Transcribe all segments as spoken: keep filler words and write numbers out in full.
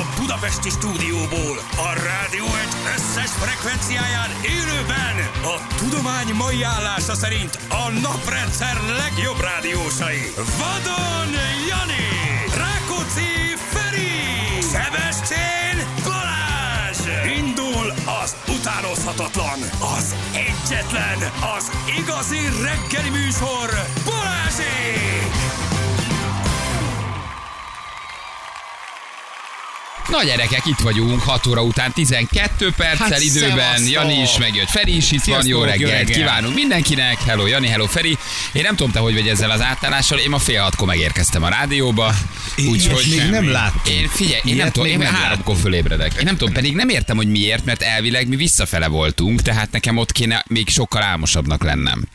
a budapesti stúdióból, a Rádió egy összes frekvenciáján élőben a tudomány mai állása szerint a naprendszer legjobb rádiósai. Vadon Jani, Rákóczi Feri, Sebestyén Balázs. Indul az utánozhatatlan, az egyetlen, az igazi reggeli műsor, Balázsék! Na gyerekek, itt vagyunk, hat óra után tizenkettő perccel hát időben. Szevasztok. Jani is megjött, Feri is itt Sziasztok, van, jó reggelt, jó reggelt kívánunk mindenkinek. Hello Jani, hello Feri. Én nem tudom, te hogy vagy ezzel az átállással, én ma fél hatkor megérkeztem a rádióba. Úgyhogy még nem láttam. Én figyelj, én nem tudom, én háromkor fölébredek. Én nem tudom, pedig nem értem, hogy miért, mert elvileg mi visszafele voltunk, tehát nekem ott kéne még sokkal álmosabbnak lennem.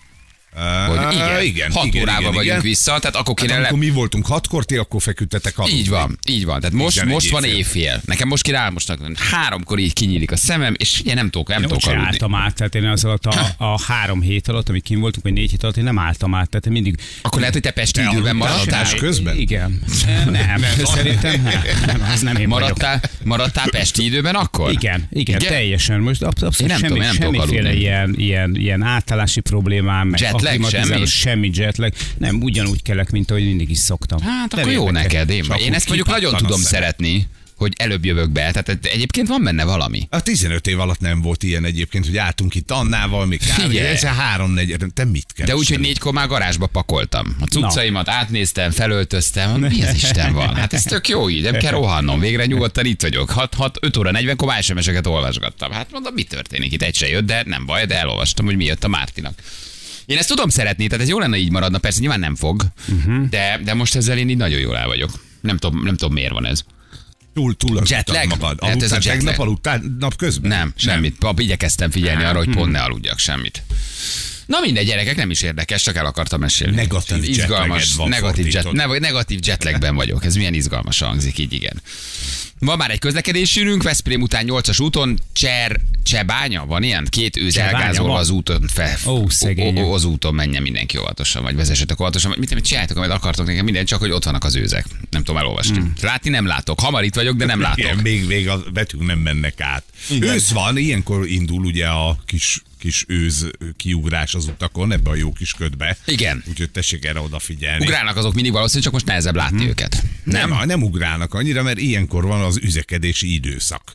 Hogy igen, igen, hat igen, órával igen, vagyunk igen. vissza, tehát akkor kéne... Hát, amikor le... mi voltunk hatkor, ti akkor feküdtetek aludni. Így van, így van. Tehát most, igen, most van éjfél. éjfél. Nekem most kéne álmosnak lenni. Háromkor így kinyílik a szemem, és ugye nem tudok, nem tudok aludni. álltam át, tehát én az alatt a, a három hét alatt, amíg kim voltunk, vagy négy hét alatt, én nem álltam át, tehát én mindig... Akkor lehet, hogy te pesti te időben maradtál közben? Igen. Nem, nem, szerintem nem, nem, az nem én maradtál, maradtál pesti időben akkor? Igen, igen, igen? teljesen. Most abszolút nem semmi, tudom, semmiféle ilyen, ilyen, ilyen átállási problémám, meg jetlag, semmi? semmi jetlag. Nem, ugyanúgy kellek, mint ahogy mindig is szoktam. Hát akkor jó neked, én, én ezt mondjuk nagyon tudom szeretni, hogy előbb jövök be. Tehát egyébként van benne valami. A tizenöt év alatt nem volt ilyen egyébként, hogy álltunk itt Annával, még kávé, ez a három-négy, te mit kell? De úgy, hogy négykor már garázsba pakoltam. A cuccaimat átnéztem, felöltöztem, mi az Isten van? Hát ez tök jó így, nem kell rohannom, végre nyugodtan itt vagyok. hat óra negyvenkor es em es-eket olvasgattam. Hát mondom, mi történik itt? Egy se jött, de nem baj, de elolvastam, hogy mi jött a Mártinak. Én ezt tudom szeretni, tehát ez jó lenne így maradna, persze nyilván nem fog, uh-huh. de, de most ezzel én így nagyon jól el vagyok. Nem tudom, nem tudom miért van ez. Túl, túl az jetlag? magad. Hát ez a jetlag. Tegnap aludtál nap közben? Nem, semmit. Nem. Igyekeztem figyelni arra, hogy pont ne aludjak, semmit. Na mindegy, gyerekek, nem is érdekes, csak el akartam mesélni. Negatív izgalmas, van negatív, jet, ne, negatív jetlagben vagyok. Ez milyen izgalmas hangzik, így igen. Van már egy közlekedésünk, Veszprém után nyolcas úton, Cser, Csebánya, van ilyen? Két őz elgázolva az úton, fe, Ó, szegény. az úton menjen mindenki óvatosan, vagy vezessetek óvatosan. Mit, mit csináljátok, amit akartok nekem, minden, csak hogy ott vannak az őzek. Nem tudom elolvasni. Mm. Látni nem látok. Hamar itt vagyok, de nem látok. Igen, még, még a betűk nem mennek át. Igen. Ősz van, ilyenkor indul ugye a kis kis őz kiugrás az utakon, ebbe a jó kis ködbe. Igen. Úgyhogy tessék erre odafigyelni. Ugrálnak azok mindig valószínűleg, csak most nehezebb látni hmm. őket. Nem? Nem, nem ugrálnak annyira, mert ilyenkor van az üzekedési időszak.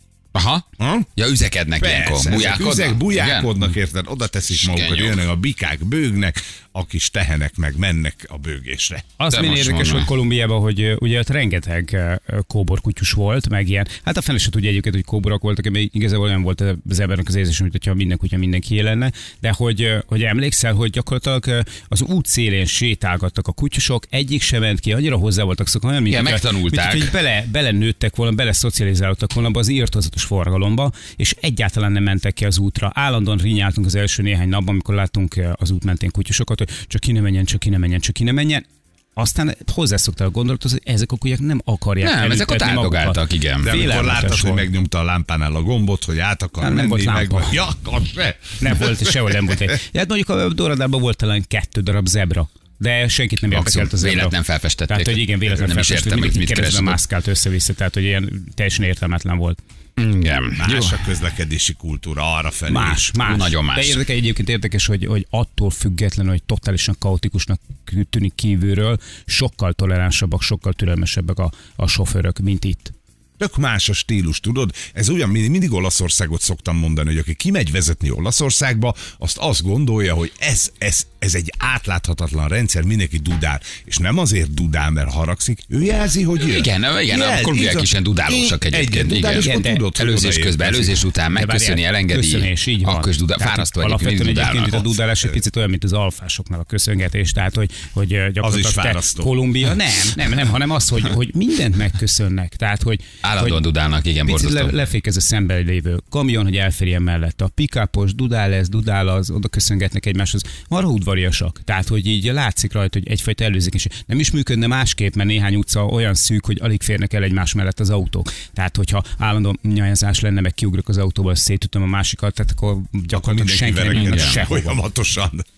Aha. Ha? Ja, üzekednek Persze, ilyenkor. Bujákodnak? Üzek, bujákodnak, érted? Oda teszik magukat, jönnek a bikák, bőgnek, a kis tehenek meg mennek a bőgésre. Az minden érdekes volt Kolumbiában, hogy ugye ott rengeteg kóborkutyus volt, meg ilyen. Hát a fene se tudja egyébként, hogy kóborok voltak, mert igazából olyan volt az embernek az érzés, mint hogyha minden kutya mindenki lenne, de hogy, hogy emlékszel, hogy gyakorlatilag az út szélén sétálgattak a kutyusok, egyik sem ment ki, annyira hozzá voltak szokva, olyan, mint igen, megtanulták. Mint, hogy bele, bele nőttek volna, bele szocializálódtak volna az írtózatos forgalomba, és egyáltalán nem mentek ki az útra. Állandóan rinyáltunk az első néhány napban, amikor láttunk az út mentén kutyusokat, hogy csak ki ne menjen, csak ki ne menjen, csak ki ne menjen. Aztán hozzászoktál a gondolatot, hogy ezek a kutyák nem akarják. Nem, ezek ott áldogáltak, igen. De amikor láttad, hogy megnyomta a lámpánál a gombot, hogy át akar nem, menni, nem meg... volt Ja, az se. Nem volt, sehol nem volt. Hát mondjuk a Doradában volt talán kettő darab zebra. De senkit nem érdekelt az véletlen felfestették. Tehát, hogy igen, véletlen felfestették. Nem is értem, mit keresztben mászkált össze-vissza, tehát, hogy ilyen teljesen értelmetlen volt. Igen. Más jó. A közlekedési kultúra arra felé. Más, más. Nagyon más. De érdekes, egyébként érdekes, hogy, hogy attól függetlenül, hogy totálisan kaotikusnak tűnik kívülről, sokkal toleránsabbak, sokkal türelmesebbek a, a sofőrök, mint itt. Tök más a stílus, tudod? Ez olyan, mindig Olaszországot szoktam mondani, hogy aki kimegy vezetni Olaszországba, azt azt gondolja, hogy ez, ez, ez egy átláthatatlan rendszer, mindenki dudál. És nem azért dudál, mert haragszik, ő jelzi, hogy jön. Igen, igen, a kolumbiák is ilyen dudálósak egyébként. Igen, igen, de tudod, előzés közben, előzés után megköszöni, elengedi. Köszönés, így van. Akkor is dudál, fárasztó egyébként dudálnak. A dudálás egy picit olyan, mint az alfásoknál a köszöngetés, tehát hogy, hogy gyakorlatilag te Kolumbia, nem, nem, nem, hanem az, hogy, hogy mindent megköszönnek. Tehát, hogy állandóan dudálnak, igen, borzasztó. Le, lefékez a szemben lévő kamion, hogy elférjen mellett. A pikápos, dudál ez, dudál az, oda köszöngetnek egymáshoz. Marha udvariasak. Tehát, hogy így látszik rajta, hogy egyfajta előzékenység. Nem is működne másképp, mert néhány utca olyan szűk, hogy alig férnek el egymás mellett az autók. Tehát, hogyha állandó nyajazás lenne, meg kiugrok az autóból, szétütöm a másikat, tehát akkor gyakorlatilag senki nem jön sehova. Folyamatosan.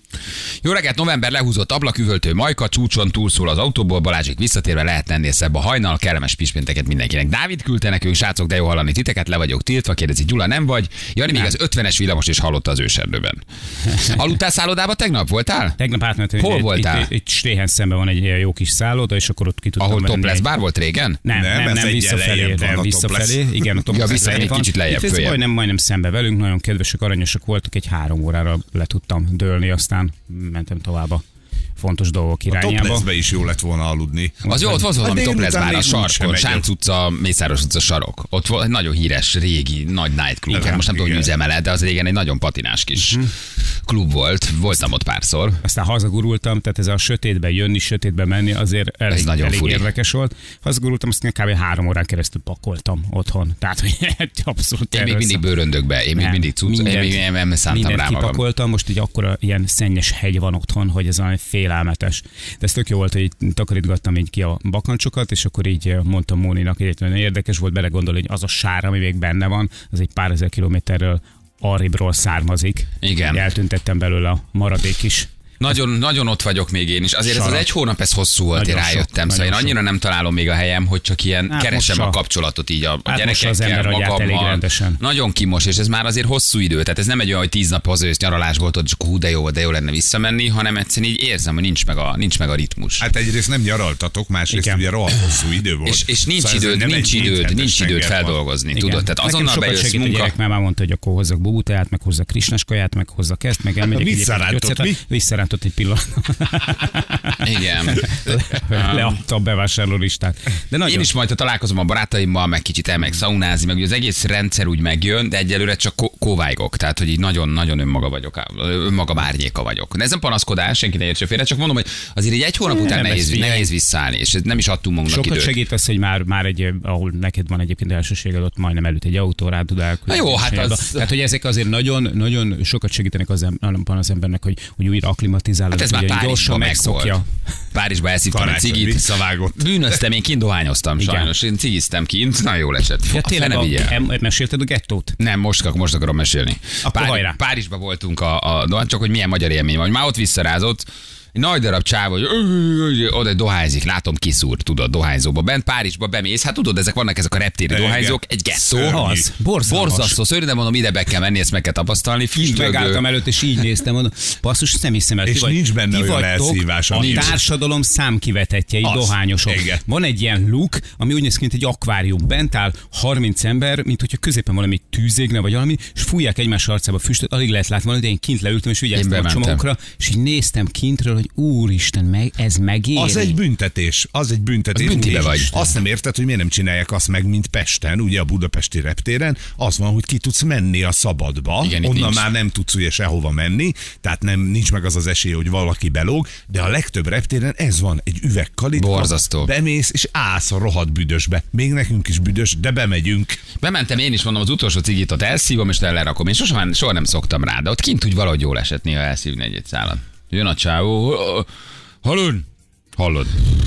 Jó reggelt, november, lehúzott ablaküvöltő, Majka, csúcson túlszól az autóból, Balázsik visszatérve lehet lenni szebb a hajnal, kellemes pispénteket mindenkinek. Dávid küldte nekünk, srácok, de jó hallani titeket, le vagyok tiltva, kérdezi Gyula, nem vagy? Jani még az ötvenes villamos is hallotta az őserdőben. Aludtál szállodába tegnap? Voltál? Tegnap átmentem. Hol itt, voltál? Itt, itt Stéhen szemben van egy ilyen jó kis szálloda, és akkor ott ki tudtam Ahol menni. Topless bár volt régen? Nem, Nem, nem, ez nem, egyen visszafelé, lejjebb van nem, a visszafelé. Topless. Igen, a Topless Ja, vissza, lejjebb egy van. kicsit lejjebb, Itt ez följebb. majdnem, majdnem szembe velünk, nagyon kedvesek, aranyosak voltak, egy három órára le tudtam dőlni, aztán mentem tovább a fontos dolgok A irányába. Toplessbe is jó lett volna aludni. Az jó, ott volt valami délután Topless bár a még úgysem sarkon, megy. Sánc utca, Mészáros utca sarok. Ott volt egy nagyon híres, régi, nagy nightclub. Igen, Hát most nem tudom, hogy igen. üzemele, de az régen egy nagyon patinás kis Mhm. klub volt. Voltam ott párszor. Aztán hazagurultam, tehát ez a sötétbe jönni, sötétbe menni, azért elég, nagyon elég furi. érdekes volt. Hazagurultam, aztán kb. három órán keresztül pakoltam otthon. Tehát, hogy abszolút Én még terveztem. mindig bőröndökbe, én még Nem, mindig cucc, én mindent- még nem, nem szántam mindent rá magam. kipakoltam, most így akkora ilyen szennyes hegy van otthon, hogy ez valami félelmetes. De ez tök jó volt, hogy így takarítgattam így ki a bakancsokat, és akkor így mondtam Móninak, hogy nagyon érdekes volt belegondolni, hogy az a sár, ami még benne van, az egy pár ezer kilométerről arrébbról származik. Igen. Eltüntettem belőle a maradék is. Nagyon, nagyon ott vagyok még én is. Azért ez az Sarat. egy hónap, ez hosszú volt, én Nagyon sok, rájöttem. Szóval én nagyon annyira nem találom még a helyem, hogy csak ilyen Hát keresem most a a- kapcsolatot így a, a Hát most az gyerekekkel, ember agyát elég magammal. rendesen. Nagyon kimos, és ez már azért hosszú idő. Tehát ez nem egy olyan, hogy tíz nap hazajössz nyaralásból, tudod, és akkor hú, de jó, de jó lenne visszamenni, hanem egyszerűen így érzem, hogy nincs meg a, nincs meg a ritmus. Hát egyrészt nem nyaraltatok, másrészt Igen. ugye rohadt hosszú idő volt. És, és nincs Szóval ez időd, nem nincs egy időd, héthetes nincs időd tenger van. feldolgozni, Igen. tudod? Tehát Nekem azonnal sokat bejössz segít a munka. gyerek, mert már mondta, hogy akkor hozzak bubuteját, meg hozzak krisnás kaját, meg hozzak ezt, meg elmegyek Mit egyébként szarántott, gyógyszert- mi? Visszarántott egy pillanat. Igen. Leadta a bevásárlólistát. De nagyon Én is majd ha találkozom a barátaimmal, meg kicsit elmegyek szaunázni, meg ugye az egész rendszer úgy megjön, de egyelőre csak kó- kóvájgok, tehát hogy így nagyon-nagyon önmaga vagyok, önmaga árnyéka vagyok. De ez nem panaszkodás, senki ne értse félre, csak mondom, hogy azért így egy hónap után Nem, nehéz, ez figyelj. nehéz visszaállni, és nem is adtunk magunknak Sokat időt. segít az, hogy már, már egy, ahol neked van egyébként elsőséged, ott majdnem előtt egy autó, rá tud elkülönböztetni. Na jó, hát az- Tehát, hogy ezek azért nagyon, nagyon sokat segítenek az, em- az embernek, hogy, hogy újra akklimatizálódott, Hát ez már hogy Párizsban gyorsan megszokja. megszokja. Párizsba elszívtam egy Karácsony cigit. visszavágott. Bűnöztem, én kint dohányoztam Igen. sajnos. Én cigiztem kint, nagyon jól esett. Ja, A tényleg, fene a, vigye. em, mesélted a gettót? Nem, most, most akarom mesélni. Akkor hajrá. Párizsba voltunk, a, a, no, csak hogy milyen magyar élmény van. Már ott visszarázott, egy nagy darab csáv, hogy ö, oda dohányzik, látom kiszúr, tudod, dohányzóba. Bent Párizsba bemész, hát tudod, ezek vannak ezek a reptéri Igen. dohányzók, egy gettó. Szörnyű. Az, borzalmas. Borzasztó, szörnyű, de mondom, ide be kell menni, ezt meg kell tapasztalni. Így Füstölgő. megálltam előtt, és így néztem, mondom, basszus, nem hiszem el. És ti vagy- nincs benne ti olyan vagytok elszívás, a ami- Nincs. társadalom számkivetettjei, Az. dohányosok. Igen. Van egy ilyen luk, ami úgy néz ki, mint egy akvárium. Bent áll harminc ember, mint hogyha középen valami tűzégne, vagy valami, és fújják egymás arcába füstöt, alig lehet látni valami, de én kint leültem, és vigyáztam a bementem. csomagokra, és így néztem kintről, hogy úristen, meg, ez megéri. Az egy büntetés, az egy büntetés. Az büntibe És vagy. Azt nem érted, hogy miért nem csinálják azt meg, mint Pesten, ugye a budapesti reptéren, az van, hogy ki tudsz menni a szabadba, Igen, itt onnan nincs. már nem tudsz ugye sehova menni, tehát nem, nincs meg az az esély, hogy valaki belóg, de a legtöbb reptéren ez van, egy üvegkalitka, Borzasztó. bemész és állsz a rohadt büdösbe. Még nekünk is büdös, de bemegyünk. Bementem én is, mondom, az utolsó cigit ott elszívom, és lerakom. Én sosem, soha nem szoktam rá, de ott kint úgy valahogy jól esett néha elszívni egy-egy szálat. Jön a csávó, hallod? Hallod?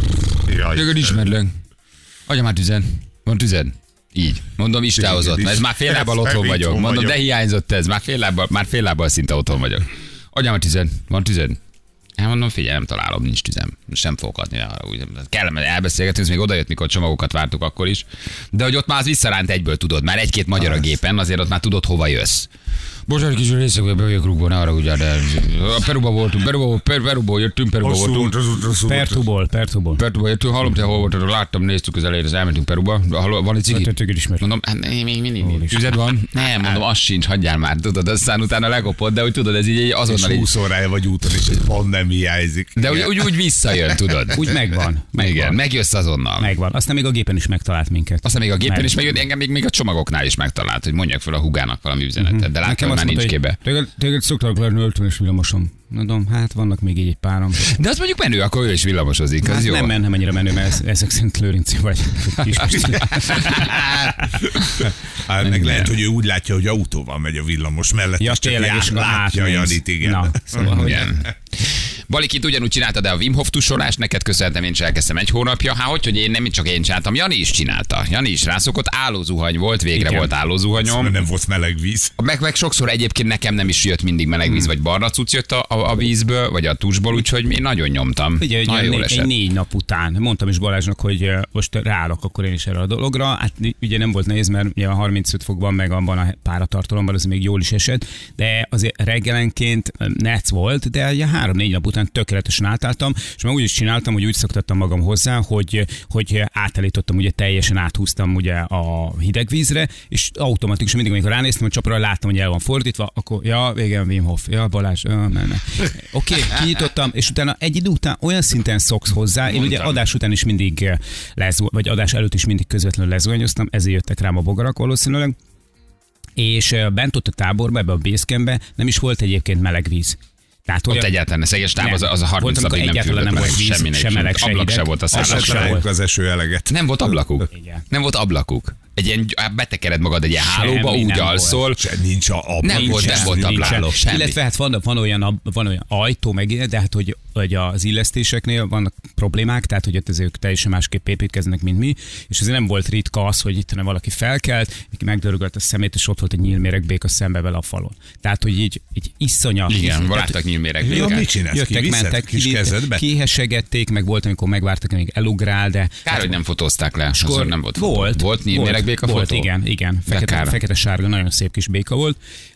Jaj, Téged ismerlek. Adja már tüzen. Van tüzen. Így. Mondom, Isten hozott. is. Mert ez már fél lábbal Ez otthon itthon vagyok. Mondom, vagyok. de hiányzott ez. Már fél lábbal, már fél lábbal szinte otthon vagyok. Adja már tüzen. Van tüzen. Elmondom, figyelj, nem találom, nincs tüzem. Sem fogok adni arra. Úgy, kellene elbeszélgetünk, ez még odajött, mikor csomagokat vártuk akkor is. De hogy ott már az visszaránt egyből tudod, már egy-két magyar a gépen, azért ott már tudod, hova jössz. Bocsánat, kis részek, hogy bejövök rúgból, ne arra ugye, de Peruba voltunk, Peruba, Per- Peruból jöttünk, Peruba voltunk. Pertuból, Pertuból. Peruba jöttünk, hallom, te hol voltad, láttam, néztük az elejét, az elmentünk Peruba. Hallom, van egy cigi? Hát, téged ismerek. Mondom, hát még még mindig nincs. Tüzed van? Nem, mondom, az sincs, hagyjál már, tudod, aztán utána legopod, de úgy tudod, ez így egy És azonnal így. húsz órája vagy úton, és egy pont nem hiányzik. De úgy, úgy, úgy visszajön, tudod. Úgy megvan. megvan. Igen, megjössz azonnal. Megvan. Aztán még a gépen is megtalált minket. Aztán még a gépen Meg- is megjött, engem még, még a csomagoknál is megtalált, hogy mondjak fel a húgának valami üzenetet, de láttam, hogy azt már nincs mondta, képbe. hogy Téged, téged szoktak lenni ötvenes villamosom. Mondom, hát vannak még így egy párom. De az mondjuk menő, akkor ő is villamosozik, az Hát jó. nem, men- nem annyira menő, mert ez- ezek szerint Lőrinci vagy. Kispisti. Hát meg lehet, hogy ő úgy látja, hogy autóval megy a villamos mellett, Ja, és csak tényleg, já- és akkor látja átmész. Janit, igen. Na, szóval, hogy Igen. Balik itt ugyanúgy csinálta, de a Wim Hof tusolást neked köszönhetem, én is elkezdtem egy hónapja. Hát hogy, hogy én nem csak én csináltam, Jani is csinálta. Jani is rászokott, állózuhany volt, végre Igen. volt állózuhanyom. Nem volt meleg víz. Meg, meg sokszor egyébként nekem nem is jött mindig meleg víz, vagy barna cucc jött a, a, a vízből, vagy a tusból, úgyhogy én nagyon nyomtam. Ugye, egy, nagyon jól egy, esett. egy négy nap után mondtam is Balázsnak, hogy eh, most ráállok akkor én is erre a dologra. Hát ugye nem volt nehéz, mert ugye a harmincöt fokban meg abban a páratartalomban az még jól is esett, de azért reggelenként nec volt, de ugye három-négy nap után tökéletesen átálltam, és már úgy is csináltam, hogy úgy szoktattam magam hozzá, hogy, hogy átállítottam, ugye teljesen áthúztam ugye a hideg vízre, és automatikusan mindig, amikor ránéztem a csapra, láttam, hogy el van fordítva, akkor ja, végén Wim Hof, ja, Balázs, ja, menne. Oké, okay, kinyitottam, és utána egy idő után olyan szinten szoksz hozzá, én ugye adás után is mindig lesz, vagy adás előtt is mindig közvetlenül lezuhanyoztam, ezért jöttek rám a bogarak valószínűleg, és bent ott a táborban, ebbe a basecampbe nem is volt egyébként meleg víz. Tehát, Ott egyáltalán, ez egyes táv, az, az a harminc volt, napig nem egyáltalán nem volt víz, semmi, sem meleg, se ablak hideg. se volt a Azt szállás. se találjuk az eső eleget. Nem volt ablakuk. Igen. Nem volt ablakuk. Egy ilyen, betekered magad egy ilyen Semmi hálóba, úgy nem alszol. Se, nincs a ablak. Nem volt, nem volt ablak. Semmi. Illetve hát van, van, olyan, ab- van olyan ajtó meg, de hát hogy, hogy az illesztéseknél vannak problémák, tehát hogy ott ezek teljesen másképp építkeznek, mint mi, és azért nem volt ritka az, hogy itt valaki felkelt, megdörgölt a szemét, és ott volt egy nyílméregbéka szembe vele a falon. Tehát, hogy így, így iszonyat. Igen, tehát, láttak nyílméreg. Ja, mit csinálsz? jöttek, Kiviszed mentek, kis ki, kezedbe? kihesegették, meg volt, amikor megvártak, amíg elugrál, de... Kár, hogy nem fotózták le. Skor, Azon nem volt fotó. volt. Volt nyílméregbéka volt, fotó? igen, igen. Fekete, kár. fekete-sárga, nagyon szép kis béka volt.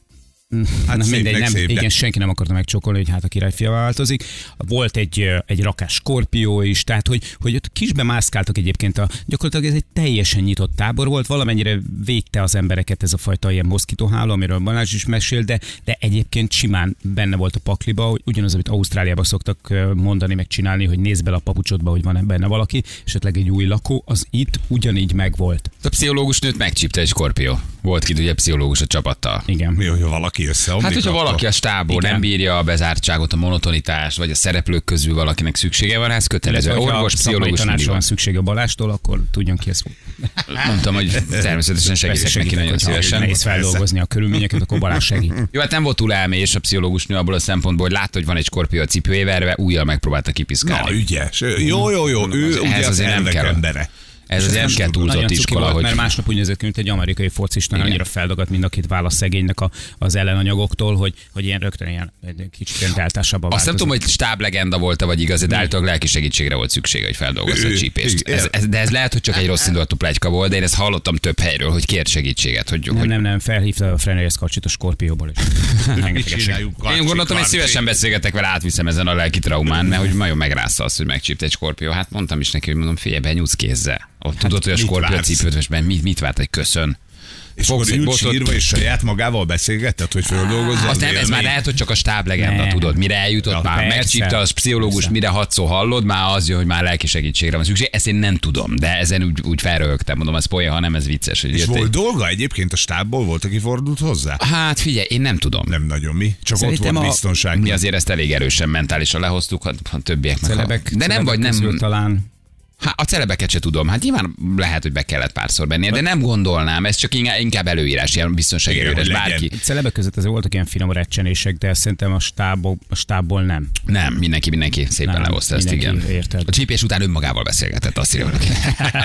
Hát szép, mindegy, meg nem, szép, de- igen, senki nem akarta megcsokolni, hogy hát a királyfia változik. Volt egy, ö, egy rakás skorpió is, tehát hogy, hogy ott kisbe mászkáltak egyébként. A, gyakorlatilag ez egy teljesen nyitott tábor volt, valamennyire védte az embereket ez a fajta ilyen moszkítóháló, amiről Balázs is mesél, de, de egyébként simán benne volt a pakliba, hogy ugyanaz, amit Ausztráliában szoktak ö, mondani, meg csinálni, hogy nézd bele a papucsodba, hogy van benne valaki, esetleg egy új lakó, az itt ugyanígy megvolt. A pszichológus nőt megcsípte egy skorpió. Volt ki ugye pszichológus a csapattal. Igen. Mi, hogy valaki összeomlik? Hát, hogyha akkor? valaki a stábból Igen. nem bírja a bezártságot, a monotonitást, vagy a szereplők közül valakinek szüksége van, ez kötelező. Illetve, hogyha Orvos, szakmai pszichológus mindig tanácsra van. van szüksége Balástól, akkor tudjon ki ezt. Mondtam, hogy természetesen segítek neki nagyon szívesen. Nehéz feldolgozni a körülményeket, akkor Balázs segít. Jó, hát nem volt túl elmés a pszichológus nő abból a szempontból, hogy látta, hogy van egy skorpió a cipőjébe, verve, újjal megpróbálta Na, kipiszkálni. ügyes. Jó, jó, jó. Ő Az- ugye ehhez az azért nem elvek kell. embere. Ez az nem kell túlzott Nagyon cuki iskola, volt, hogy... mert másnap úgy nézett, mint egy amerikai focista, Igen. annyira feldagadt mind a két válasz szegénynek a, az ellenanyagoktól, hogy, hogy ilyen rögtön ilyen egy kicsit ilyen deltásabb a Azt nem tudom, hogy stáblegenda volt-e, vagy igaz, de állítólag lelki segítségre volt szüksége, hogy feldolgozza a Ő- csípést. igen. Ez, ez, de ez lehet, hogy csak egy rossz indulatú pletyka volt, de én ezt hallottam több helyről, hogy kért segítséget. Hogy, nem, hogy... nem, nem, felhívta a Frenész Kacsit a Skorpióból is. Rengetegesek. Én gondoltam, hogy szívesen beszélgetek vele, átviszem ezen a lelki traumán, mert hogy nagyon megrázta azt, hogy megcsípt egy skorpió. Hát mondtam is neki, hogy mondom, figyelj, benyúlsz kézzel. Ott tudod, hogy a mit skorpió vársz? cipőt, most mit, mit várt, egy köszön. És Fogsz akkor egy ült botot- sírva, és saját magával beszélgetett, hogy földolgozza Az az nem, ez élményt? már lehet, hogy csak a stáblegenda, Ne. tudod, mire eljutott, Ja, már persze. megcsípte az pszichológus, Persze. mire hatszor hallod, már az jön, hogy már lelki segítségre van szükség. Ezt én nem tudom, de ezen úgy, úgy felröhögtem, mondom, ez poén, ha nem, ez vicces. Hogy És jött volt egy... dolga egyébként a stábból? Volt, aki fordult hozzá? Hát figyelj, én nem tudom. Nem nagyon mi. Csak Szerintem ott volt a- biztonság. Mi azért ezt elég erősen mentálisan lehoztuk, ha a többiek meg. Celebek, ha... De nem celebek vagy, nem. közül talán. Hát a celebeket se tudom. Hát nyilván lehet, hogy be kellett párszor bennie, de nem gondolnám, ez csak inkább- inkább előírás, ilyen biztonsági Igen, előírás. hogy legyen. Bárki. Celebek között azért voltak ilyen finom recsenések, de szerintem a, stábok, a stábból nem. Nem, mindenki, mindenki szépen Nem, lehozta ezt, mindenki igen. érted. A csípés után önmagával beszélgetett, azt írja valaki.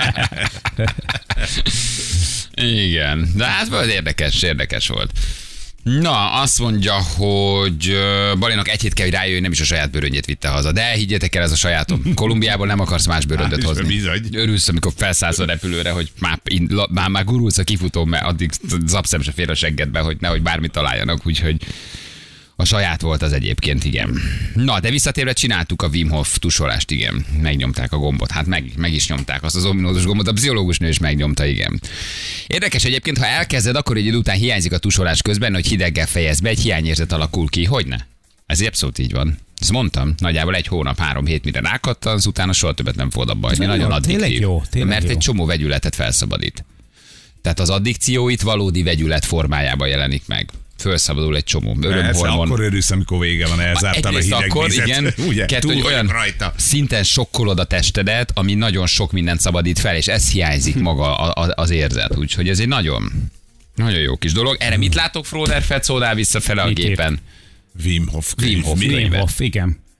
Igen, de hát volt érdekes, érdekes volt. Na, azt mondja, hogy ö, Balinak egy hét kell, hogy rájöjjön, nem is a saját bőröngyét vitte haza. De higgyetek el, ez a sajátom. Kolumbiából nem akarsz más bőröndöt Hát, hozni. bizony. Örülsz, amikor felszállsz a repülőre, hogy már, már, már gurulsz a kifutón, mert addig zapszem se fér a seggedbe, hogy nehogy bármit találjanak, úgyhogy a saját volt az egyébként, igen. Na, de visszatérve csináltuk a Wim Hof tusolást, igen. Megnyomták a gombot. Hát meg, meg is nyomták azt az ominózus gombot, a pszichológus nő is megnyomta, igen. Érdekes egyébként, ha elkezded, akkor egy idő után hiányzik a tusolás közben, hogy hideggel fejezd be, egy hiányérzet alakul ki. Hogyne? Ez abszolút így van. Ezt mondtam, nagyjából egy hónap, három hét, mire rákattansz, utána soha többet nem fogod abba hagyni. Nagyon addiktív. Tényleg jó, tényleg mert jó. egy csomó vegyületet felszabadít. Tehát az addikció itt valódi vegyület formájában jelenik meg. Fölszabadul egy csomó Persze, örömhormon. akkor örülsz, amikor vége van, elzártál a Egyrészt hideg akkor, vizet. igen, Ugye? kettő, Túl hogy vagyok olyan rajta. szinten sokkolod a testedet, ami nagyon sok mindent szabadít fel, és ez hiányzik maga a- a- az érzet. Úgyhogy ez egy nagyon, nagyon jó kis dolog. Erre mit látok, Froder Fett, szódál visszafele a Mit írt? gépen? Wim Hof. Wim Hof Mi? könyv. Wim Hof, igen.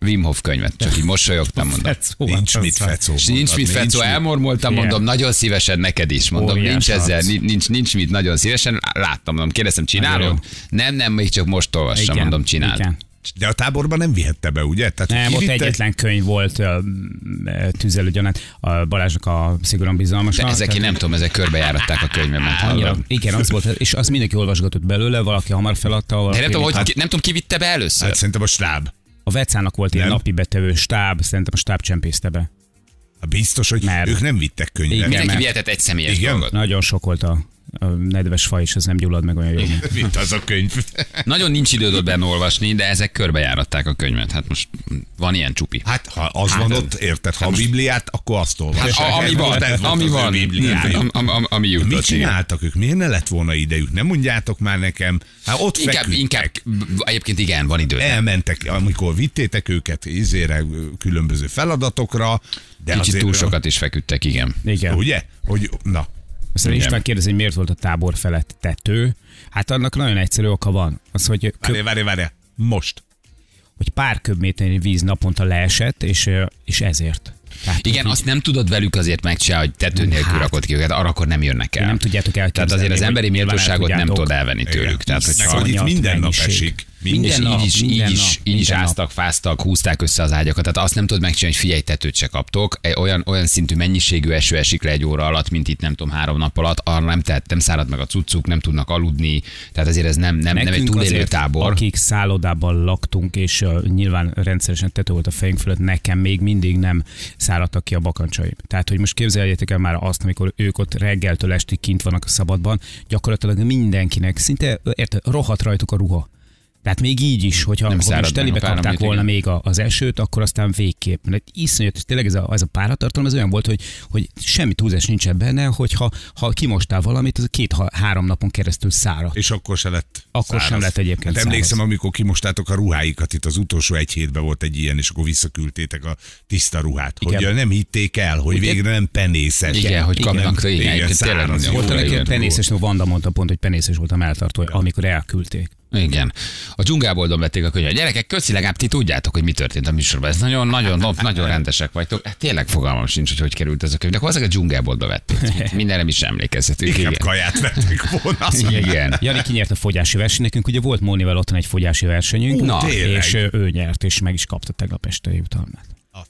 Wim Hof könyvet. Csak így mosolyogtam, mondom. Fecó, Nincs hát mit az- fecó. Nincs mit, Fecó, mit. elmormoltam, Igen. mondom, nagyon szívesen neked is, mondom, Óriás nincs ezzel, arc. nincs, nincs, nincs mit, nagyon szívesen, láttam, mondom, kérdeztem, csinálod? Nagyon Nem, nem, még csak most olvassam, mondom, csináld. Igen. De a táborban nem vihette be, ugye? Tehát, hogy Nem, ott kivitte- egyetlen könyv volt, ö, ö, tüzelőgyanát, a Balázsnak a szigorúan bizalmas. De ezek, én nem tudom, ezek körbejáratták a könyvemet. Annyira, hallom. igen, az volt, és az mindenki olvasgatott belőle, valaki hamar feladta. De Valaki nem tudom, hogy hát ki, nem tudom, ki vitte be először. Hát szerintem a stáb. a Vecának volt ilyen Nem. napi betevő stáb, szerintem a stáb csempészte be. Hát biztos, hogy Mert- ők nem vittek könyvet. Igen. Mindenki mert- vihetett egy személyes Igen? dolgot. Nagyon sok volt a, a nedves fa, és ez nem gyullad meg olyan jó. Mint az a könyv. Nagyon nincs időd benne olvasni, de ezek körbejáratták a könyvet. Hát most van ilyen csupi. Hát, ha az van ott, érted, ha a Bibliát, akkor azt Hát, olvassák. a, ami Ez van, volt- ez volt ami az ő van, Bibliája. am, am, am, ami jutott. Mit igen. csináltak ők? Miért ne lett volna idejük? Nem mondjátok már nekem. Hát ott Inkább, feküdtek. inkább, egyébként igen, van idő. Elmentek, amikor vittétek őket izére, különböző feladatokra, de Kicsit azért, túl sokat is feküdtek, igen. Igen. Ugye? Hogy, na, Aztán Igen. István kérdezi, hogy miért volt a tábor felett tető. Hát annak nagyon egyszerű oka van. Az, hogy, kö, várj, várj, várj, most. hogy pár köbméternyi víz naponta leesett, és, ö, és ezért. Tehát, Igen, hogy azt nem tudod velük azért megcsinálni, hogy tető nélkül Hát. rakod ki őket, arra akkor nem jönnek el. nem tudjátok Tehát elképzelni. azért az hogy emberi nyilván el méltóságot nem tudjátok. tudod elvenni tőlük. Tehát, Meg hogyha hogy itt Szonyat minden nap mennyiség. esik. Minden és nap, így is, így minden is, nap, így is minden nap. áztak, fáztak, húzták össze az ágyakat. Tehát azt nem tudod megcsinálni, hogy figyelj, tetőt se kaptok. Egy Olyan, olyan szintű mennyiségű eső esik le egy óra alatt, mint itt nem tudom, három nap alatt. Arra nem, tehát nem szárad meg a cuccuk, nem tudnak aludni. Tehát azért ez nem, nem, nem egy Nekünk túlélő azért, tábor. Akik szállodában laktunk, és uh, nyilván rendszeresen tető volt a fejünk fölött, nekem még mindig nem száradtak ki a bakancsaim. Tehát, hogy most képzeljétek el már azt, amikor ők ott reggeltől estig kint vannak a szabadban, gyakorlatilag mindenkinek szinte, érted, rohadt rajtuk a ruha. Tehát még így is, hogyha Nem ha szárad most meg a telibe kapták páraműt, volna igen. még a, az esőt, akkor aztán végképp. Mert iszonyat, tényleg ez a, ez a páratartalom, ez olyan volt, hogy, hogy semmi túlzás nincsen benne, hogyha ha kimostál valamit, az két-három napon keresztül szárad. És akkor se lett Akkor sem lett egyébként Hát emlékszem, száraz. amikor kimostátok a ruháikat, itt az utolsó egy hétben volt egy ilyen, és akkor visszaküldtétek a tiszta ruhát. Hogy Igen. nem hitték el, hogy Igen. végre nem penészes. Igen, hogy Igen. kapnak, igen, Igen, egyébként tényleg száraz, nagyon jó. Volt jó, neki igen. penészes, no, Vanda mondta pont, hogy penészes volt a melltartója, amikor elküldték. Igen. A dzsungelboldon vették a könyvet. Gyerekek, köszi, legalább ti tudjátok, hogy mi történt a műsorban. Ez nagyon, nagyon, nagyon rendesek vagytok. Hát tényleg fogalmam sincs, hogy hogy került ez a könyv. De akkor valószínűleg a dzsungelboldba vették. Mindenre is emlékezhetünk. Inkább Igen. kaját vettek volna. Igen. Jani kinyert a fogyási verseny, nekünk ugye volt Mónival otthon egy fogyási versenyünk, Ú, tényleg? és ö, ő nyert, és meg is kapta tegnap este a jutalmát.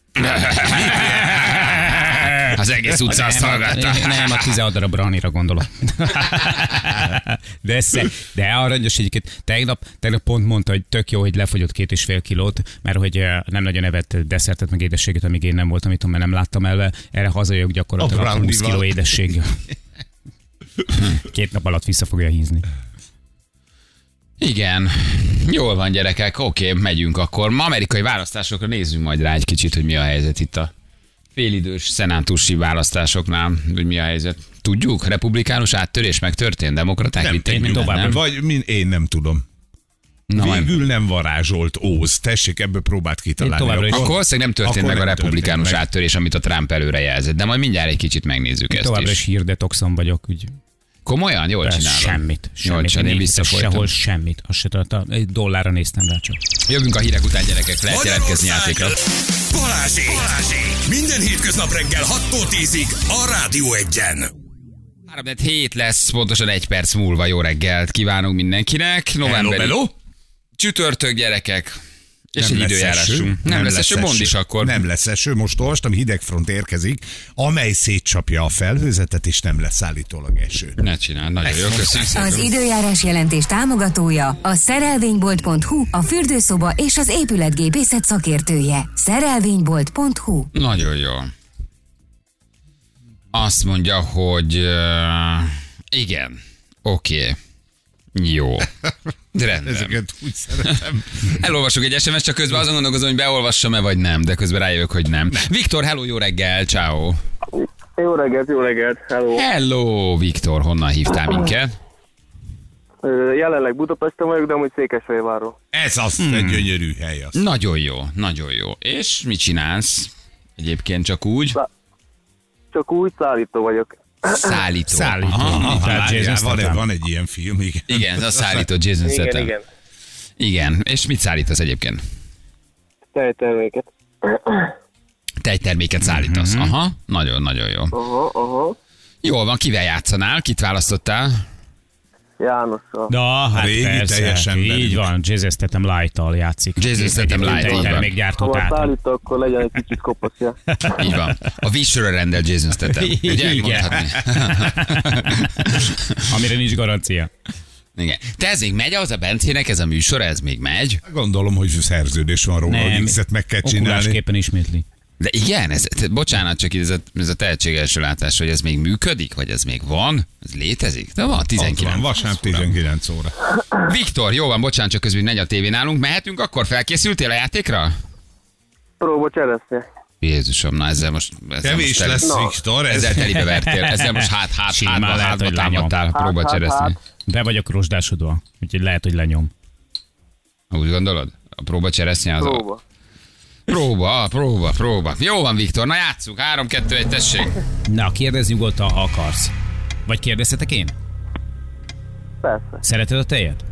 Az egész utca azt hallgatta. Nem, a tizenhat darab Ranira gondolok. De, esze, de aranyos egyébként. Tegnap, tegnap pont mondta, hogy tök jó, hogy lefogyott két és fél kilót, mert hogy eh, nem nagyon evett desszertet, meg édességet, amíg én nem voltam itt, mert nem láttam elve. Erre hazajövök A gyakorlatilag húsz brownie-val. kiló édesség. Két nap alatt vissza fogja hízni. Igen. Jól van, gyerekek. Oké, okay, megyünk akkor. Ma amerikai választásokra nézzünk majd rá egy kicsit, hogy mi a helyzet itt a félidős szenátusi választásoknál, hogy mi a helyzet. Tudjuk, republikánus áttörés megtörtént, demokraták Nem vitték tudjuk, mindent, nem? Vagy min, én nem tudom. Na, majd- Végül nem varázsolt Óz. Tessék, ebből próbált kitalálni. Én továbbra is- Akkor valószínűleg nem történt Akkor meg a nem republikánus történt meg. áttörés, amit a Trump előre jelzett, de majd mindjárt egy kicsit megnézzük ezt Továbbra is. is hírdetoxon vagyok, úgy Komolyan? Jól de csinálod. semmit. Jól Semmit. csinálod, én Én visszafolytam. sehol semmit. Azt se tudtam, egy dollárra néztem rá csak. Jövünk a hírek után, gyerekek, lehet jelentkezni játékra. Balázsék! Balázsék! Minden hétköznap reggel hattól tízig a Rádió Egyen. három hét lesz, pontosan egy perc múlva. Jó reggelt kívánunk mindenkinek. Novemberi hello. csütörtök, gyerekek. És Nem egy lesz időjárásunk. eső. Nem, lesz eső, mondd is akkor. Nem lesz eső, most olvastam, hidegfront érkezik, amely szétcsapja a felhőzetet, és nem lesz állítólag eső. Ne csináld, nagyon jó, köszönjük Az szépen. időjárás jelentés támogatója a szerelvénybolt pont hu, a fürdőszoba és az épületgépészet szakértője. szerelvénybolt pont hu. Nagyon jó. Azt mondja, hogy uh, igen, oké, okay. Jó. Rendben. Ezeket úgy szeretem. Elolvasok egy es em es, csak közben azon gondolkozom, hogy beolvassam-e vagy nem, de közben rájövök, hogy nem. Viktor, hello, jó reggel, ciao. Jó reggelt, jó reggelt, hello. Hello, Viktor, honnan hívtál minket? Ö, Jelenleg Budapesten vagyok, de amúgy Székesfehérvárról. Ez az hmm. egy gyönyörű hely. Az. Nagyon jó, nagyon jó. És mit csinálsz? Egyébként csak úgy? Csak úgy szállító vagyok. Szállító. Szállító. Aha, aha. Tehát Várjál, Jason van, egy, Statham. van egy ilyen film, igen. Igen, ez a szállító Jason Igen, Statham. igen. Igen, és mit szállítasz egyébként? Tejterméket. Tejterméket szállítasz. Aha, nagyon-nagyon jó. Aha, aha. Jól van, kivel játszanál? Kit választottál? Jánossal. Na, hát Régi persze, teljesen így velünk. van, Jason Statham Light-tal játszik. Jason Statham Light, így van. Még gyártott Ha már át. szállít, akkor legyen egy kicsit kopaszja. Így van. A vízsörre rendel Jason Statham. Ugye? Igen. Mondhatni. Amire nincs garancia. Igen. Te ez még megy az a Bencének, ez a műsor, ez még megy? Gondolom, hogy szerződés van róla, hogy X-et meg kell csinálni. okulásképpen ismétli. De igen, ez, te- bocsánat, csak ez a, ez a tehetség első látás, hogy ez még működik, vagy ez még van? Ez létezik? De van, Ott van, tizenkilenc. vasárnap tizenkilenc óra. Viktor, jó van, bocsánat, csak közben megy a tévén állunk. Mehetünk, akkor felkészültél a játékra? Próba cseresznye. Jézusom, na ezzel most... Ezzel Kevés most teli- lesz, Na. Viktor. Ez Ezzel telibe vertél, ezzel most hát, hát, Simán hátba, lehet, hátba hogy lenyom. támadtál, próba Hát, hát, csereszni. hát. Be vagyok rozsdásodva, úgyhogy lehet, hogy lenyom. Úgy gondolod? A próba cseresznye az a... Próba. Próba, próba, próba. Jó van, Viktor, na játsszuk. három, kettő, egy, tessék. Na, kérdezz nyugodtan, ha akarsz. Vagy kérdezhetek én? Persze. Szereted a tejet?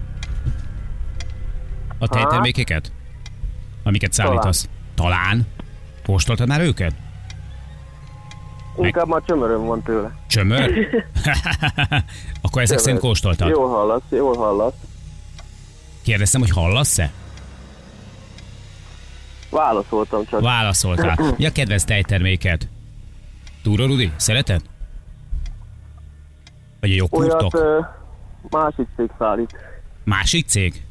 A tejtermékeket? Amiket szállítasz? Talán. Kóstoltad már őket? Inkább már csömöröm van tőle. Csömör? Akkor ezek szerint kóstoltad. Jól hallasz, jól hallasz. Kérdeztem, hogy hallasz-e? Válaszoltam csak. Válaszoltál. Mi a kedvenc tejterméked? Túró Rudi, szereted? Vagy a Olyat joghurtok? ö, másik cég szállít. Másik cég?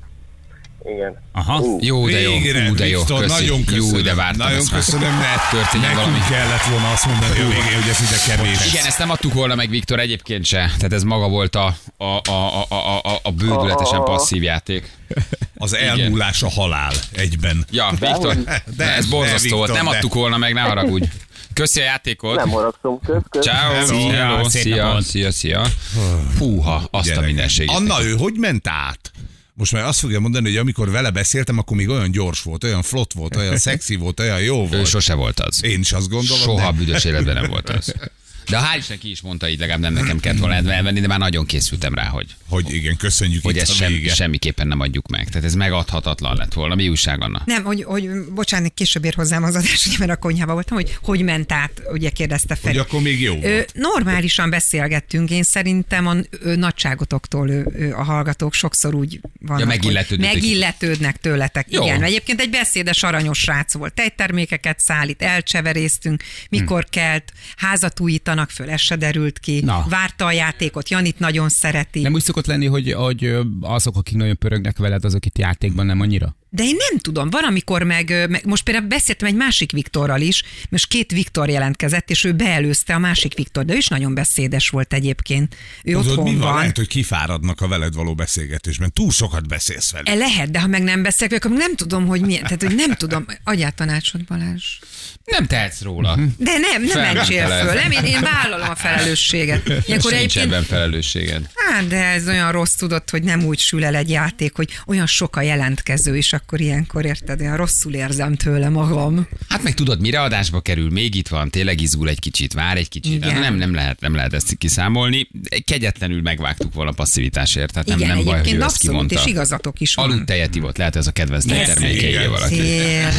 Igen. Aha. Ú, Jó, de jó, Végre, hú, de jó. Viktor, Köszi. nagyon köszönöm. Jó, de vártam. Nagyon ezt már. köszönöm, mert Történjen nekünk valami. kellett volna azt mondani, hogy végén, hogy ez ide kevés. Igen, ezt nem adtuk volna meg, Viktor, egyébként se. Tehát ez maga volt a, a, a, a, a, a, a bődületesen passzív játék. Az elmúlás a halál egyben. Ja, Viktor, De- de ez de, borzasztó volt. Viktor, Nem de. adtuk volna meg, ne haragudj. Köszi a játékot. Nem haragszom, kösz, kösz. Ciao, Hello. hello, Szép szia, napot. szia, szia. Húha, azt a Gyerekek. mindenségét. Anna, ő hogy ment át? Most már azt fogja mondani, hogy amikor vele beszéltem, akkor még olyan gyors volt, olyan flott volt, olyan szexi volt, olyan jó Ő volt. sose volt az. Én is azt gondolom. Soha de... büdös életben nem volt az. De hál' Isten ki is mondta, így legalább nem nekem kellett volna elvenni, de már nagyon készültem rá, hogy, Hogy igen, köszönjük hogy itt ezt a sem, vége. semmiképpen nem adjuk meg. Tehát ez megadhatatlan lett volna. Mi újság, Anna? Nem, hogy, hogy bocsánat, később ér hozzám az adás, ugye, mert a konyhában voltam, hogy hogy ment át, ugye kérdezte fel. Hogy akkor még jó Ö, volt. normálisan beszélgettünk, én szerintem a ö, nagyságotoktól ö, ö, a hallgatók sokszor úgy vannak, Ja, megilletődött hogy egy kicsit. megilletődnek tőletek. Jó. Igen, egyébként egy beszédes, aranyos srác volt. Tejtermékeket szállít, elcseveréztünk, mikor Hm. kelt, házat újítanak föl, ez se derült ki. Na. Várta a játékot, Janit nagyon szereti. Nem úgy szokott lenni, hogy, hogy ö, azok, akik nagyon pörögnek veled, azok itt játékban nem annyira? De én nem tudom, van, amikor meg, meg, most például beszéltem egy másik Viktorral is, most két Viktor jelentkezett, és ő beelőzte a másik Viktor, de ő is nagyon beszédes volt egyébként. Ő Tudod, otthon mi van? van. Lehet, hogy kifáradnak a veled való beszélgetésben. Túl sokat beszélsz velük. E lehet, de ha meg nem beszélek, akkor nem tudom, hogy milyen. Tehát, hogy nem tudom. Adjál tanácsot, Balázs. Nem tehetsz róla. De nem, nem mentsél Felmentelen. föl. Nem, én, én vállalom a felelősséget. Ilyenkor Nincs egyébként, ebben felelősséged. hát, de ez olyan rossz, tudod, hogy nem úgy sül el egy játék, hogy olyan sok a jelentkező, és akkor ilyenkor érted, olyan rosszul érzem tőle magam. Hát meg tudod, mire adásba kerül, még itt van, tényleg izgul egy kicsit, vár egy kicsit. Igen. Hát nem, nem, lehet, nem lehet ezt kiszámolni. Kegyetlenül megvágtuk volna passzivitásért. Tehát nem, Igen, nem baj, hogy egyébként ő ezt abszolút, kimondta. és igazatok is van. Aludt tejet ivott, lehet ez a kedvenc tejtermékeje valaki. Tényleg.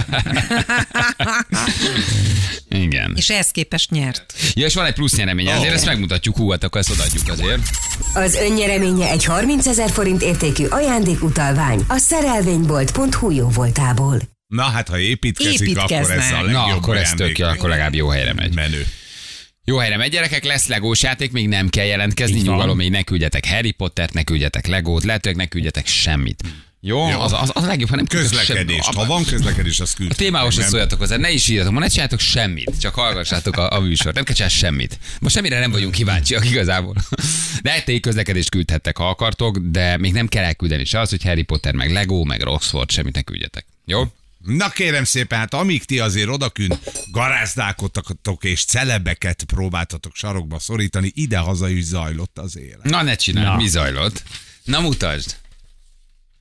Igen. És ehhez képest nyert. Ja, és van egy plusz nyeremény, azért ezt megmutatjuk, hú, hát akkor ezt odaadjuk azért. Az önnyereménye egy harmincezer forint értékű ajándékutalvány a szerelvénybolt pont hu jó voltából. Na hát, ha építkezik, akkor ez a Építkeznek. legjobb Na, akkor ez tök jó, ajándék. akkor legalább jó helyre megy. Menő. Jó helyre megy, gyerekek, lesz legós játék, még nem kell jelentkezni, Így van. nyugalom, még ne küldjetek Harry Pottert, ne küldjetek Legót, lehetőleg ne küldjetek semmit. Jó? Jó. Az, az, az a legjobb, ha nem küldtek Közlekedést. semmit. Ha van közlekedés, az küld. A témához se Nem. szóljatok hozzá, ne is írjatok, ma ne csináljátok semmit, csak hallgassátok a, a műsort, nem kell csinálni semmit. Most semmire nem vagyunk kíváncsiak igazából. De egy közlekedést küldhettek, ha akartok, de még nem kell elküldeni se az, hogy Harry Potter, meg Lego, meg Roxford, semmit ne küldjetek. Jó? Na kérem szépen, hát amíg ti azért odakünt garázdálkodtatok és celebeket próbáltatok sarokba szorítani, ide-haza is zajlott az élet. Na ne csinálj, Na. mi zajlott? Na mutasd.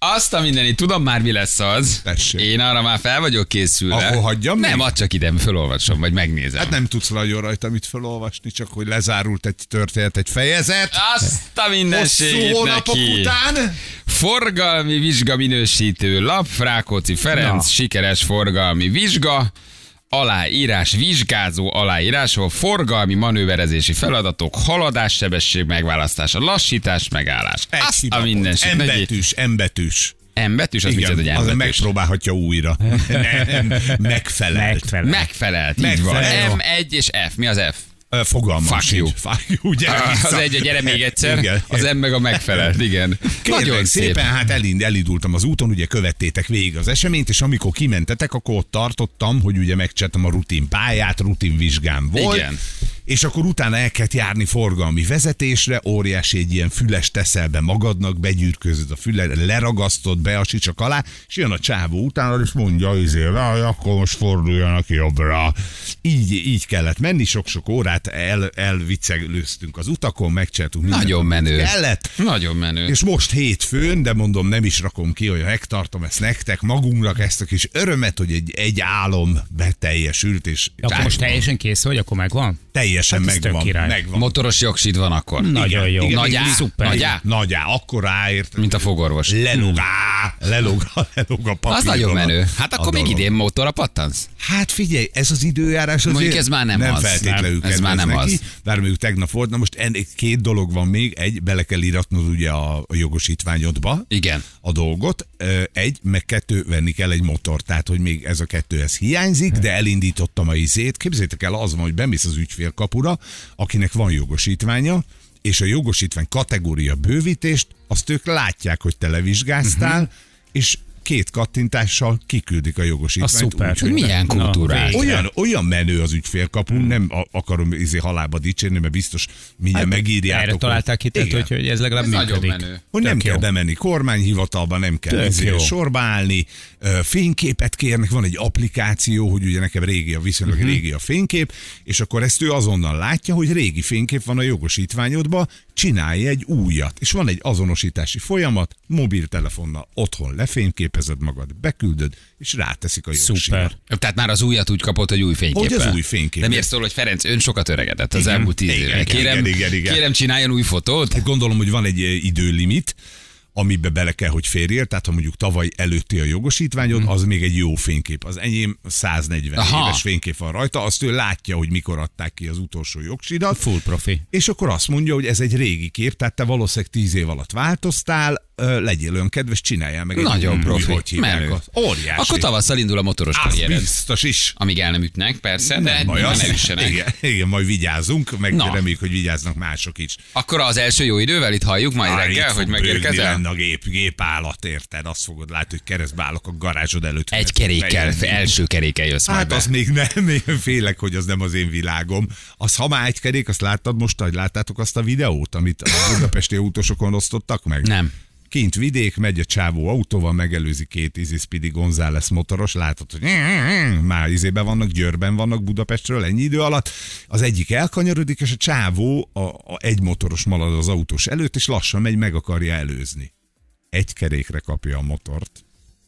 Azt a mindenit, tudom már mi lesz az. Tessék. Én arra már fel vagyok készülve. Akkor hagyjam Nem, még? add csak ide, fölolvasom, vagy megnézem. Hát nem tudsz nagyon rajta mit felolvasni, csak hogy lezárult egy történet, egy fejezet. Azt a Hosszú mindenségét hónapok neki. után. Forgalmi vizsga minősítő lap, Rákóczi Ferenc, Na. sikeres forgalmi vizsga, aláírás, vizsgázó aláírásról, forgalmi manőverezési feladatok, haladássebesség megválasztása, lassítás, megállás. Egy Azt hiba a volt. mindenség. Embetűs, embetűs. Embetűs, az mit jelent, hogy az embetűs? megpróbálhatja újra. Nem, megfelelt. Megfelel. Megfelelt, így Megfelel. van. M egy és F. Mi az F? Ö, Fogalmam Fuck sincs. you. Fuck you. Ugye, Az vissza. egy, a gyere még egyszer, Igen. az M meg a megfelelt, igen. Kérlek Nagyon szép. szépen, hát elind, elindultam az úton, ugye követtétek végig az eseményt, és amikor kimentetek, akkor ott tartottam, hogy ugye megcsináltam a rutin pályát, rutin vizsgám volt. Igen. És akkor utána el kellett járni forgalmi vezetésre, óriási egy ilyen füles teszel be magadnak, begyűrközöd a füle, leragasztod be a sicsak alá, és jön a csávó utána, és mondja, izé, akkor most forduljanak jobbra. Így, így kellett menni, sok-sok órát el, elviccelőztünk az utakon, megcsináltunk mindent, Nagyon amit menő. kellett. Nagyon menő. És most hétfőn, de mondom, nem is rakom ki, hogy megtartom ezt nektek, magunknak ezt a kis örömet, hogy egy, egy álom beteljesült, és Akkor most teljesen kész vagy, akkor megvan? teljesen Hát ez tök megvan. király. megvan. Motoros jogsid van akkor. Nagyon jó. igen, Nagy igen, á? szuper. Nagy á? Nagy á, akkor ráért. Mint a fogorvos. Lelog, á, lelog, lelog a papíron. Az nagyon menő. Hát a akkor még dolog. idén motorra pattansz? Hát figyelj, ez az időjárás azért Mondjuk ez már nem nem az. feltétlenül Nem, ez már kedvez nem neki, az. bár még tegnap volt. Na most en, két dolog van még. Egy, bele kell iratnod ugye a, a jogosítványodba Igen. a dolgot. Ö, Egy, meg kettő, venni kell egy motor. Tehát, hogy még ez a kettő, ez hiányzik, de elindítottam a izét. Képzeljétek el, az van, hogy bemész az ügyfélkapura, akinek van jogosítványa, és a jogosítvány kategória bővítést, azt ők látják, hogy te levizsgáztál, uh-huh. és két kattintással kiküldik a jogosítványt. Az szuper. úgy, Hogy hogy milyen Na, kultúrás. végre. olyan, olyan menő az ügyfélkapun, hmm. nem a- akarom izé halálba dicsérni, mert biztos mindjárt hát, megírjátok. Erre találták ki, tehát, Igen. hogy, hogy ez legalább Ez nagyon működik. menő. Hogy nem Tök kell jó. bemenni kormányhivatalba, nem kell Tök izé jó. sorba állni, ö, fényképet kérnek, van egy applikáció, hogy ugye nekem régi a viszonylag Mhm. uh-huh. régi a fénykép, és akkor ezt ő azonnal látja, hogy régi fénykép van a jogosítványodba, csinálj egy újat. És van egy azonosítási folyamat, mobiltelefonnal otthon lefényképezed magad, beküldöd, és ráteszik a jogosítványot. Szuper. Tehát már az újat úgy kapott, hogy új fényképpel. Hogy az új fénykép. De miért szól, hogy Ferenc, ön sokat öregedett az Igen. elmúlt tíz Igen, évben. igen, Kérem, igen, igen, igen. kérem, csináljon új fotót. Hát gondolom, hogy van egy eh, időlimit, amibe bele kell, hogy férjél, tehát ha mondjuk tavaly előtti a jogosítványod, hmm. az még egy jó fénykép. Az enyém száznegyven Aha. éves fénykép van rajta, azt ő látja, hogy mikor adták ki az utolsó jogsidat. Full profi. És akkor azt mondja, hogy ez egy régi kép, tehát te valószínűleg tíz év alatt változtál, ö, legyél olyan kedves, csináljál meg egy Nagyon új, profi. hogy hívják Menő. azt. Óriási. Akkor tavasszal indul a motoros Az karriered. biztos is. Amíg el nem ütnek, persze, de Nem baj, ne az- üssenek. igen, igen, majd vigyázzunk, meg Na. reméljük, hogy vigyáznak mások is. Akkor az első jó idővel itt halljuk majd Á, reggel, itt hogy fog bőgni megérkezel? lenne a gép, gépállat, érted? Azt fogod látni, hogy keresztbe állok a garázsod előtt. Egy kerékkel, első kerékkel jössz majd Hát be. az még nem, én félek, hogy az nem az én világom. Az, ha már egy kerék, azt láttad most, hogy láttátok azt a videót, amit a budapesti autósokon osztottak meg? Nem. Kint vidék, megy a csávó autóval, megelőzi két izé Speedy González motoros, látod, hogy már izében vannak, Győrben vannak Budapestről ennyi idő alatt. Az egyik elkanyarodik, és a csávó a, a egy motoros marad az autós előtt, és lassan megy, meg akarja előzni. Egy kerékre kapja a motort.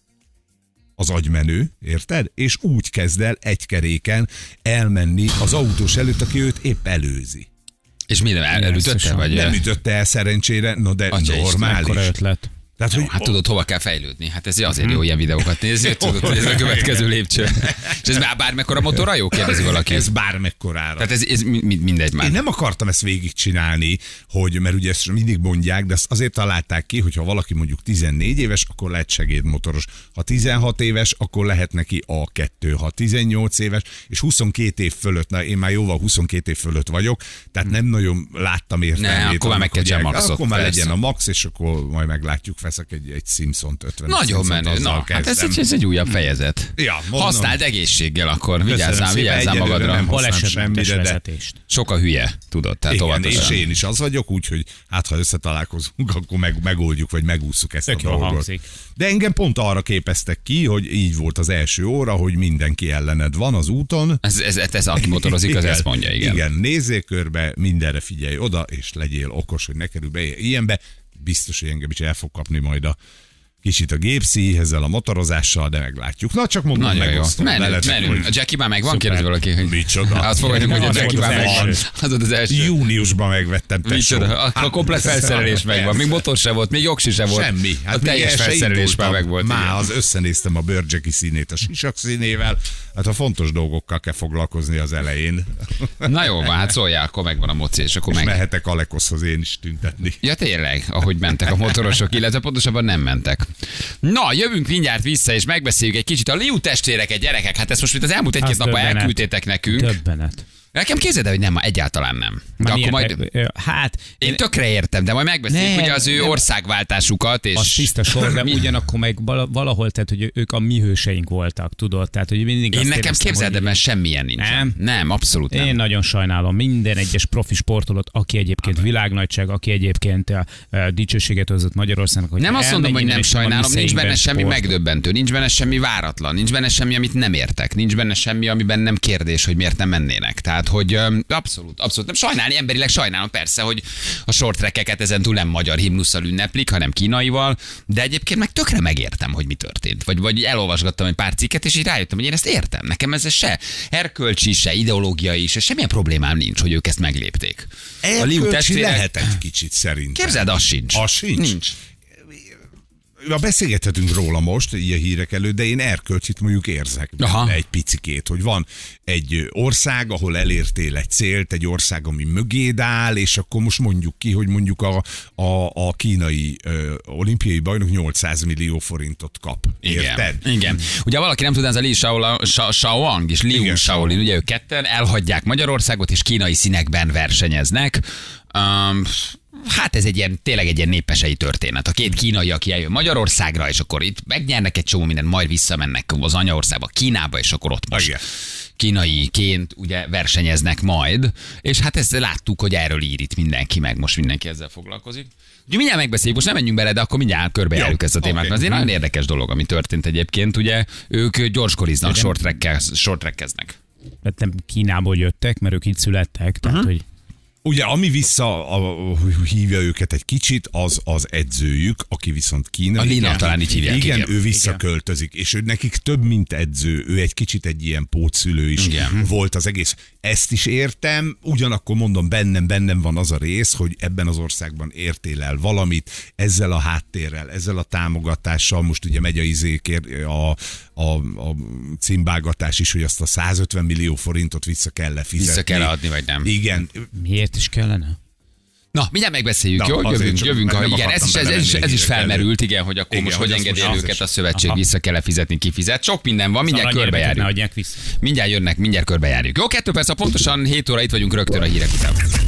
Az agymenő, érted? És úgy kezd el egy keréken elmenni az autós előtt, aki őt épp előzi. És mi nem el- elütötte? Jesszusom. Vagy Nem ütötte el szerencsére, no de Atya normális. Ekkora ötlet. Tehát, Jó, hogy hát tudod, hova kell fejlődni. Hát ez azért jó ilyen videókat nézni, hogy tudod, hogy ez a következő lépcső. És ez már bármekkora motorra jó, kérdezi valaki. ez bármekkorára. Tehát ez, ez mi- mi- mindegy már. Én nem akartam ezt végigcsinálni, hogy, mert ugye ezt mindig mondják, de ezt azért találták ki, hogy ha valaki mondjuk tizennégy éves, akkor lehet segédmotoros. Ha tizenhat éves, akkor lehet neki á kettő. Ha tizennyolc éves, és huszonkét év fölött, na én már jóval huszonkét év fölött vagyok, tehát nem nagyon láttam értelmét. Ne, akkor már annak, meg kell hogy a el- maxot, Akkor már persze. legyen a max, és akkor majd meglátjuk, veszek egy, egy Simpsont ötven. Nagyon menő. Na, hát ez egy, ez egy újabb fejezet. Ja, mondom. Használd egészséggel akkor, vigyázzál, szépen, vigyázzál egyelőre magadra. nem használom Balesetmentes semmire, de- vezetést. Sok a hülye, tudod, tehát Igen, óvatosan. és én is az vagyok, úgyhogy hát ha összetalálkozunk, akkor meg, megoldjuk, vagy megússzuk ezt Tök a jól dolgot. hangzik. De engem pont arra képeztek ki, hogy így volt az első óra, hogy mindenki ellened van az úton. Ez, ez, ez, aki motorozik, az Igen, ezt mondja, igen. Igen, nézzél körbe, mindenre figyelj oda, és legyél okos, hogy ne kerülj be ilyenbe. Biztos, hogy engem is el fog kapni majd a kicsit a gépszíj, ezzel a motorozással, de meglátjuk. Na, csak mondom, Nagyon jó. megosztom Menünk, veletek, menünk. hogy A Jackie már megvan, kérdez valaki. Hogy... Micsoda? Azt fogadjuk, hogy a Az Jackie volt már az megvan. első. Az volt az első. Júniusban megvettem, tesó. Micsoda? A, a komplet felszerelés megvan. Még motor se volt, még jogsi se volt. Semmi. Hát a teljes felszerelés már megvolt. Már az összenéztem a bőrcseki színét a sisak színével. Hát a fontos dolgokkal kell foglalkozni az elején. Na jó, van, hát szóljál, akkor megvan a moci, és akkor És meg... mehetek Alekoszhoz én is tüntetni. Ja tényleg, ahogy mentek a motorosok, illetve pontosabban nem mentek. Na, jövünk mindjárt vissza, és megbeszéljük egy kicsit a Liu testvéreket, gyerekek. Hát ezt most, mint az elmúlt egy-két Az napban döbbenet. elküldtétek nekünk. Többenet. Nekem képzeld el, hogy nem, ma egyáltalán nem. De akkor majd... Hát, Én tökre értem, de majd megbeszéljük Nem, ugye az ő nem. országváltásukat, és... az tiszta sor, de Mi- ugyanakkor meg vala- valahol, tehát, hogy ők a mi hőseink voltak, tudod? Tehát, hogy mindig Én azt nekem éreztem, képzeld, hogy- ebben semmilyen nincs. Nem? Nem, abszolút nem. Én nagyon sajnálom minden egyes profi sportolót, aki egyébként világnagyság, aki egyébként a, a dicsőséget hozott Magyarországnak. Hogy Nem azt mondom, hogy nem elmenjen, és a mi sajnálom, nincs benne szeinkben semmi sport. megdöbbentő, nincs benne semmi váratlan, nincs benne semmi, amit nem értek, nincs benne semmi, amiben nem kérdés, hogy miért nem mennének. Tehát, hogy öm, abszolút, abszolút nem sajnálni, emberileg sajnálom persze, hogy a short trackeket ezen túl nem magyar himnusszal ünneplik, hanem kínaival, de egyébként meg tökre megértem, hogy mi történt. Vagy, vagy elolvasgattam egy pár cikket, és így rájöttem, hogy én ezt értem. Nekem ez se erkölcsi, se ideológiai, se semmilyen problémám nincs, hogy ők ezt meglépték. A Liu Erkölcsi testvérek- lehet egy kicsit szerintem. Képzeld, az sincs. Az sincs? Nincs. Ja, beszélgethetünk róla most, ilyen hírek előtt, de én erkölcsit mondjuk érzek Aha. benne egy picikét, hogy van egy ország, ahol elértél egy célt, egy ország, ami mögéd áll, és akkor most mondjuk ki, hogy mondjuk a, a, a kínai ö, olimpiai bajnok nyolcszáz millió forintot kap. Érted? Igen. Igen. Ugye valaki nem tudná, ez a Li Shaola- Sha- Shaoang és Liu Igen, Shaolin, ugye ők ketten elhagyják Magyarországot, és kínai színekben versenyeznek. Um, Hát ez egy ilyen, tényleg egy ilyen népesei történet. A két kínai, aki eljön Magyarországra, és akkor itt megnyernek egy csomó mindent, majd visszamennek az anyaországba, Kínába, és akkor ott most Igen. kínaiként ugye versenyeznek majd, és hát ezt láttuk, hogy erről ír itt mindenki, meg most mindenki ezzel foglalkozik. Ugye mindjárt megbeszéljük, most nem menjünk bele, de akkor mindjárt körbejárjuk Jó, ezt a témát, oké. mert ez egy nagyon érdekes dolog, ami történt egyébként, ugye ők gyorskoriznak, short track- short trackeznek. Tehát nem Kínából jöttek, mert ők itt születtek, tehát, Mhm. hogy Ugye, ami vissza a, a, hívja őket egy kicsit, az az edzőjük, aki viszont kínai. A Lina Igen. talán így hívják, Igen, igen. ő visszaköltözik, és ő nekik több, mint edző, ő egy kicsit egy ilyen pótszülő is Igen. volt az egész. Ezt is értem, ugyanakkor mondom, bennem, bennem van az a rész, hogy ebben az országban értél el valamit, ezzel a háttérrel, ezzel a támogatással, most ugye megy a izékért, a, a, a cimbálgatás is, hogy azt a százötven millió forintot vissza kell lefizetni. Vissza kell adni, vagy nem? Igen, miért is kellene? Na, mindjárt megbeszéljük, Na, jó? azért Jövünk, csak jövünk. nem Ha, igen, ez akartam is, ez, ez, is, belemenni ez is hírek felmerült, igen, hogy akkor Igen, most hogy hogy azt engedi most el az őket is. a szövetség, Aha. vissza kell fizet, kifizet. Sok minden van, mindjárt Szóval annyira, körbejárjuk. ne adják vissza. Mindjárt jönnek, mindjárt körbejárjuk. Jó, kettő perc, pontosan hét óra itt vagyunk rögtön a hírek után.